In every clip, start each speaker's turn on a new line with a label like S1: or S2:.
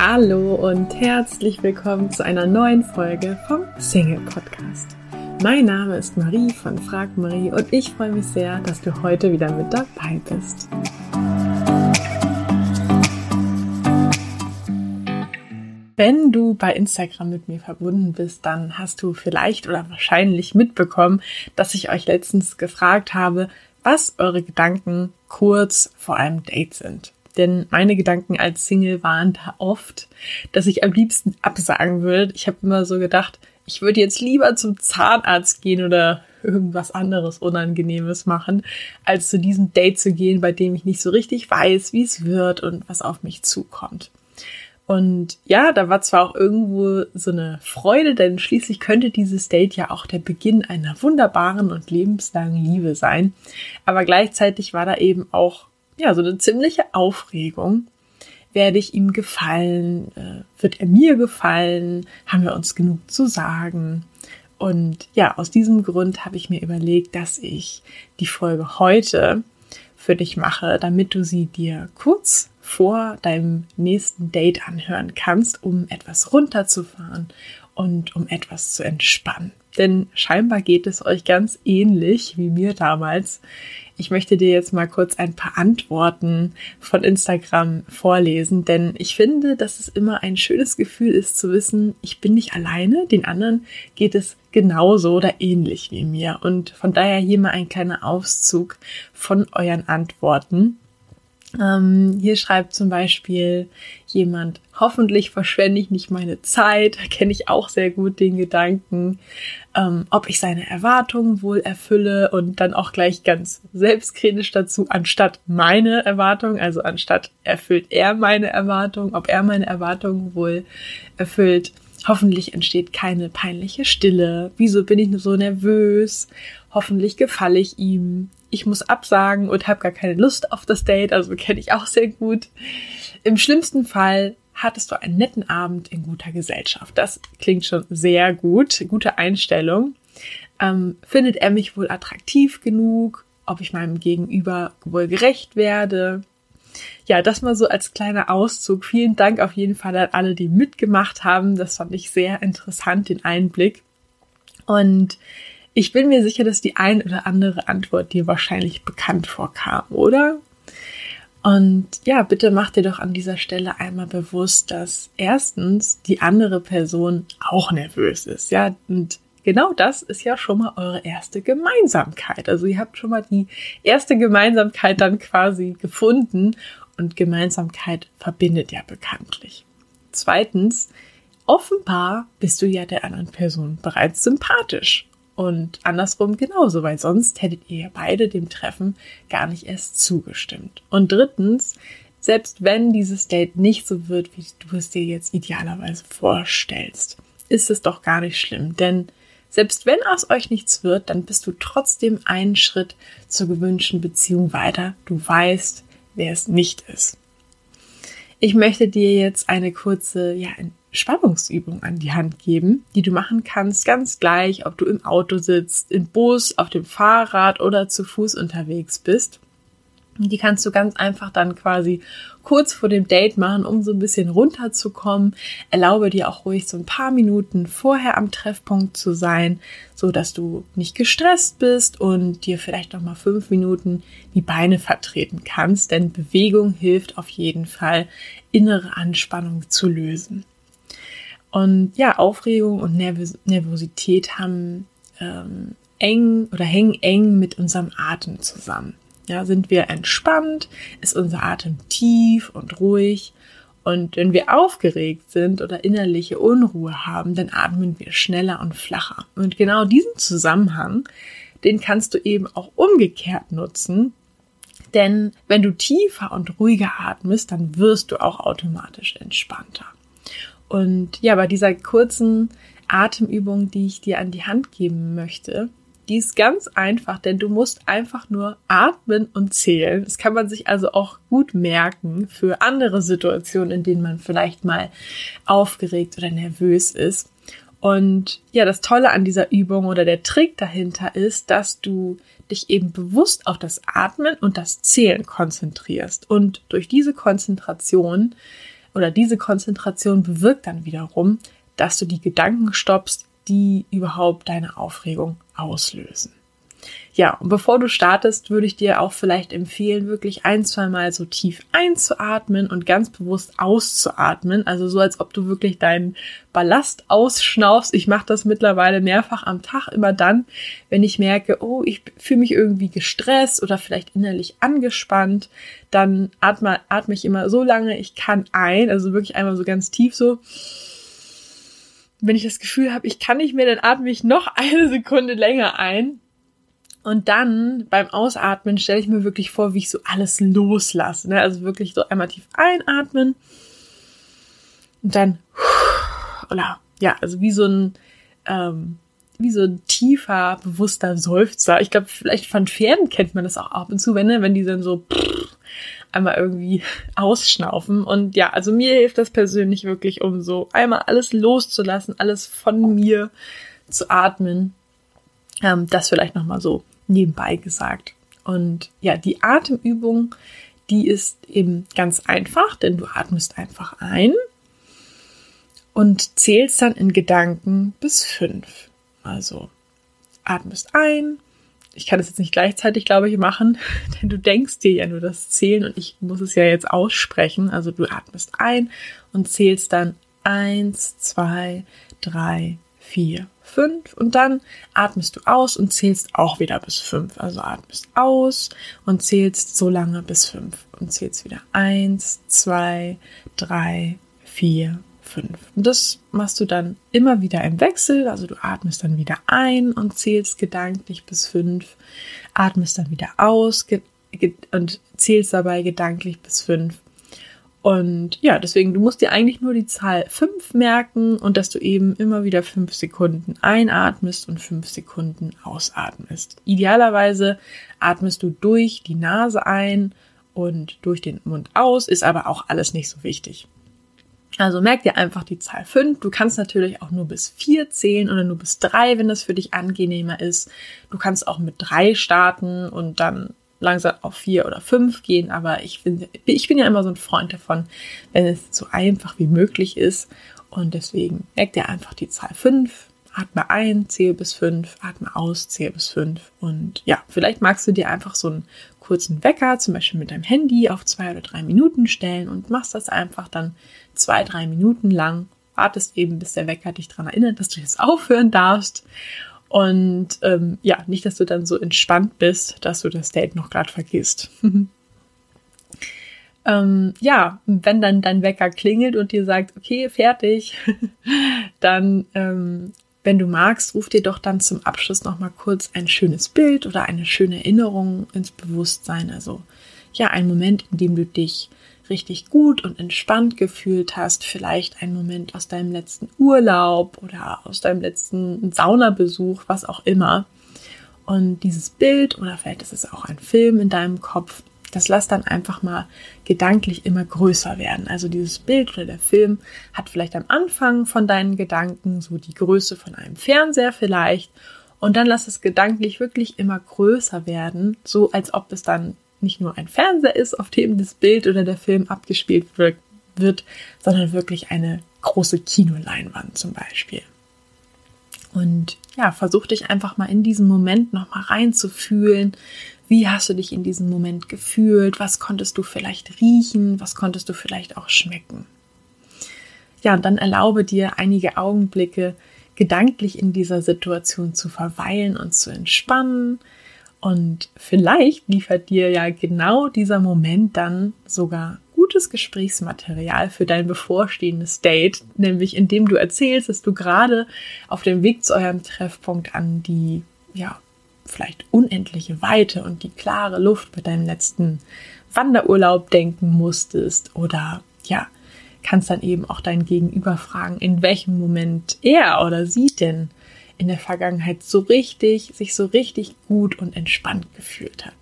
S1: Hallo und herzlich willkommen zu einer neuen Folge vom Single Podcast. Mein Name ist Marie von Frag Marie und ich freue mich sehr, dass du heute wieder mit dabei bist. Wenn du bei Instagram mit mir verbunden bist, dann hast du vielleicht oder wahrscheinlich mitbekommen, dass ich euch letztens gefragt habe, was eure Gedanken kurz vor einem Date sind. Denn meine Gedanken als Single waren da oft, dass ich am liebsten absagen würde. Ich habe immer so gedacht, ich würde jetzt lieber zum Zahnarzt gehen oder irgendwas anderes Unangenehmes machen, als zu diesem Date zu gehen, bei dem ich nicht so richtig weiß, wie es wird und was auf mich zukommt. Und ja, da war zwar auch irgendwo so eine Freude, denn schließlich könnte dieses Date ja auch der Beginn einer wunderbaren und lebenslangen Liebe sein. Aber gleichzeitig war da eben auch so eine ziemliche Aufregung. Werde ich ihm gefallen? Wird er mir gefallen? Haben wir uns genug zu sagen? Und ja, aus diesem Grund habe ich mir überlegt, dass ich die Folge heute für dich mache, damit du sie dir kurz vor deinem nächsten Date anhören kannst, um etwas runterzufahren und um etwas zu entspannen. Denn scheinbar geht es euch ganz ähnlich wie mir damals. Ich möchte dir jetzt mal kurz ein paar Antworten von Instagram vorlesen, denn ich finde, dass es immer ein schönes Gefühl ist zu wissen, ich bin nicht alleine, den anderen geht es genauso oder ähnlich wie mir. Und von daher hier mal ein kleiner Auszug von euren Antworten. Hier schreibt zum Beispiel jemand, hoffentlich verschwende ich nicht meine Zeit, kenne ich auch sehr gut den Gedanken, ob ich seine Erwartungen wohl erfülle und dann auch gleich ganz selbstkritisch dazu, anstatt meine Erwartungen, also anstatt erfüllt er meine Erwartungen, ob er meine Erwartungen wohl erfüllt. Hoffentlich entsteht keine peinliche Stille. Wieso bin ich nur so nervös? Hoffentlich gefalle ich ihm. Ich muss absagen und habe gar keine Lust auf das Date, also kenne ich auch sehr gut. Im schlimmsten Fall hattest du einen netten Abend in guter Gesellschaft. Das klingt schon sehr gut, gute Einstellung. Findet er mich wohl attraktiv genug? Ob ich meinem Gegenüber wohl gerecht werde? Ja, das mal so als kleiner Auszug. Vielen Dank auf jeden Fall an alle, die mitgemacht haben. Das fand ich sehr interessant, den Einblick. Und ich bin mir sicher, dass die ein oder andere Antwort dir wahrscheinlich bekannt vorkam, oder? Und ja, bitte mach dir doch an dieser Stelle einmal bewusst, dass erstens die andere Person auch nervös ist, ja, und genau das ist ja schon mal eure erste Gemeinsamkeit. Also ihr habt schon mal die erste Gemeinsamkeit dann quasi gefunden und Gemeinsamkeit verbindet ja bekanntlich. Zweitens, offenbar bist du ja der anderen Person bereits sympathisch. Und andersrum genauso, weil sonst hättet ihr ja beide dem Treffen gar nicht erst zugestimmt. Und drittens, selbst wenn dieses Date nicht so wird, wie du es dir jetzt idealerweise vorstellst, ist es doch gar nicht schlimm. Denn selbst wenn aus euch nichts wird, dann bist du trotzdem einen Schritt zur gewünschten Beziehung weiter. Du weißt, wer es nicht ist. Ich möchte dir jetzt eine kurze Entspannungsübung an die Hand geben, die du machen kannst, ganz gleich, ob du im Auto sitzt, im Bus, auf dem Fahrrad oder zu Fuß unterwegs bist. Die kannst du ganz einfach dann quasi kurz vor dem Date machen, um so ein bisschen runterzukommen. Erlaube dir auch ruhig so ein paar Minuten vorher am Treffpunkt zu sein, so dass du nicht gestresst bist und dir vielleicht noch mal 5 Minuten die Beine vertreten kannst, denn Bewegung hilft auf jeden Fall, innere Anspannung zu lösen. Und ja, Aufregung und Nervosität hängen eng mit unserem Atem zusammen. Ja, sind wir entspannt, ist unser Atem tief und ruhig. Und wenn wir aufgeregt sind oder innerliche Unruhe haben, dann atmen wir schneller und flacher. Und genau diesen Zusammenhang, den kannst du eben auch umgekehrt nutzen. Denn wenn du tiefer und ruhiger atmest, dann wirst du auch automatisch entspannter. Und ja, bei dieser kurzen Atemübung, die ich dir an die Hand geben möchte, die ist ganz einfach, denn du musst einfach nur atmen und zählen. Das kann man sich also auch gut merken für andere Situationen, in denen man vielleicht mal aufgeregt oder nervös ist. Und ja, das Tolle an dieser Übung oder der Trick dahinter ist, dass du dich eben bewusst auf das Atmen und das Zählen konzentrierst. Und durch diese Konzentration oder diese Konzentration bewirkt dann wiederum, dass du die Gedanken stoppst, die überhaupt deine Aufregung auslösen. Ja, und bevor du startest, würde ich dir auch vielleicht empfehlen, wirklich 1-2 Mal so tief einzuatmen und ganz bewusst auszuatmen. Also so, als ob du wirklich deinen Ballast ausschnaufst. Ich mache das mittlerweile mehrfach am Tag, immer dann, wenn ich merke, oh, ich fühle mich irgendwie gestresst oder vielleicht innerlich angespannt. Dann atme ich immer so lange ich kann ein, also wirklich einmal so ganz tief so. Wenn ich das Gefühl habe, ich kann nicht mehr, dann atme ich noch 1 Sekunde länger ein. Und dann beim Ausatmen stelle ich mir wirklich vor, wie ich so alles loslasse. Ne? Also wirklich so einmal tief einatmen und dann, oder ja, also wie so ein tiefer, bewusster Seufzer. Ich glaube, vielleicht von Pferden kennt man das auch ab und zu, wenn die dann so einmal irgendwie ausschnaufen. Und ja, also mir hilft das persönlich wirklich, um so einmal alles loszulassen, alles von mir zu atmen. Das vielleicht nochmal so nebenbei gesagt. Und ja, die Atemübung, die ist eben ganz einfach, denn du atmest einfach ein und zählst dann in Gedanken bis 5. Also atmest ein. Ich kann das jetzt nicht gleichzeitig, glaube ich, machen, denn du denkst dir ja nur das Zählen und ich muss es ja jetzt aussprechen. Also du atmest ein und zählst dann 1, 2, 3, 4, 5 und dann atmest du aus und zählst auch wieder bis 5. Also atmest aus und zählst so lange bis 5 und zählst wieder 1, 2, 3, 4, 5. Und das machst du dann immer wieder im Wechsel. Also du atmest dann wieder ein und zählst gedanklich bis 5, atmest dann wieder aus und zählst dabei gedanklich bis 5. Und ja, deswegen, du musst dir eigentlich nur die Zahl 5 merken und dass du eben immer wieder 5 Sekunden einatmest und 5 Sekunden ausatmest. Idealerweise atmest du durch die Nase ein und durch den Mund aus, ist aber auch alles nicht so wichtig. Also merk dir einfach die Zahl 5. Du kannst natürlich auch nur bis 4 zählen oder nur bis 3, wenn das für dich angenehmer ist. Du kannst auch mit 3 starten und dann langsam auf 4 oder 5 gehen, aber ich bin ja immer so ein Freund davon, wenn es so einfach wie möglich ist und deswegen merk dir einfach die Zahl 5, atme ein, zähle bis 5, atme aus, zähle bis 5 und ja, vielleicht magst du dir einfach so einen kurzen Wecker, zum Beispiel mit deinem Handy auf 2 oder 3 Minuten stellen und machst das einfach dann 2, 3 Minuten lang, wartest eben, bis der Wecker dich daran erinnert, dass du jetzt aufhören darfst. Und ja, nicht, dass du dann so entspannt bist, dass du das Date noch gerade vergisst. Ja, wenn dann dein Wecker klingelt und dir sagt, okay, fertig, dann, wenn du magst, ruf dir doch dann zum Abschluss nochmal kurz ein schönes Bild oder eine schöne Erinnerung ins Bewusstsein. Also ja, ein Moment, in dem du dich richtig gut und entspannt gefühlt hast, vielleicht ein Moment aus deinem letzten Urlaub oder aus deinem letzten Saunabesuch, was auch immer. Und dieses Bild oder vielleicht ist es auch ein Film in deinem Kopf, das lass dann einfach mal gedanklich immer größer werden. Also dieses Bild oder der Film hat vielleicht am Anfang von deinen Gedanken so die Größe von einem Fernseher vielleicht und dann lass es gedanklich wirklich immer größer werden, so als ob es dann nicht nur ein Fernseher ist, auf dem das Bild oder der Film abgespielt wird, sondern wirklich eine große Kinoleinwand zum Beispiel. Und ja, versuch dich einfach mal in diesen Moment nochmal reinzufühlen. Wie hast du dich in diesem Moment gefühlt? Was konntest du vielleicht riechen? Was konntest du vielleicht auch schmecken? Ja, und dann erlaube dir einige Augenblicke gedanklich in dieser Situation zu verweilen und zu entspannen. Und vielleicht liefert dir ja genau dieser Moment dann sogar gutes Gesprächsmaterial für dein bevorstehendes Date, nämlich indem du erzählst, dass du gerade auf dem Weg zu eurem Treffpunkt an die, ja, vielleicht unendliche Weite und die klare Luft bei deinem letzten Wanderurlaub denken musstest oder ja, kannst dann eben auch dein Gegenüber fragen, in welchem Moment er oder sie denn in der Vergangenheit sich so richtig gut und entspannt gefühlt hat.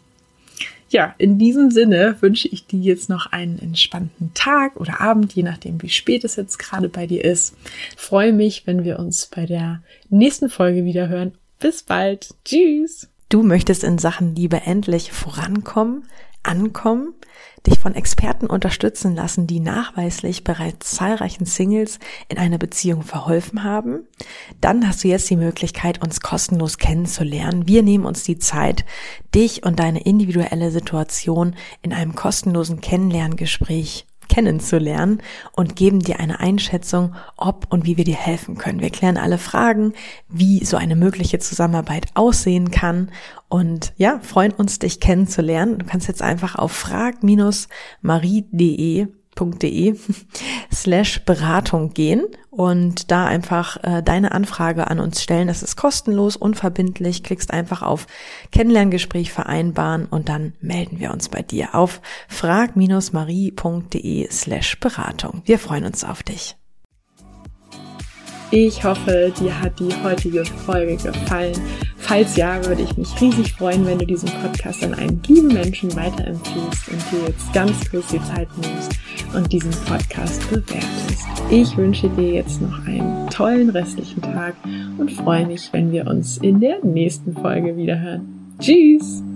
S1: Ja, in diesem Sinne wünsche ich dir jetzt noch einen entspannten Tag oder Abend, je nachdem, wie spät es jetzt gerade bei dir ist. Ich freue mich, wenn wir uns bei der nächsten Folge wieder hören. Bis bald. Tschüss.
S2: Du möchtest in Sachen Liebe endlich vorankommen? ankommen, dich von Experten unterstützen lassen, die nachweislich bereits zahlreichen Singles in einer Beziehung verholfen haben, dann hast du jetzt die Möglichkeit, uns kostenlos kennenzulernen. Wir nehmen uns die Zeit, dich und deine individuelle Situation in einem kostenlosen Kennenlerngespräch kennenzulernen und geben dir eine Einschätzung, ob und wie wir dir helfen können. Wir klären alle Fragen, wie so eine mögliche Zusammenarbeit aussehen kann und ja, freuen uns, dich kennenzulernen. Du kannst jetzt einfach auf frag-marie.de/Beratung gehen und da einfach deine Anfrage an uns stellen. Das ist kostenlos, unverbindlich. Klickst einfach auf Kennenlerngespräch vereinbaren und dann melden wir uns bei dir auf frag-marie.de/Beratung. Wir freuen uns auf dich.
S1: Ich hoffe, dir hat die heutige Folge gefallen. Falls ja, würde ich mich riesig freuen, wenn du diesen Podcast an einen lieben Menschen weiterempfiehlst und dir jetzt ganz kurz die Zeit nimmst und diesen Podcast bewertest. Ich wünsche dir jetzt noch einen tollen restlichen Tag und freue mich, wenn wir uns in der nächsten Folge wiederhören. Tschüss!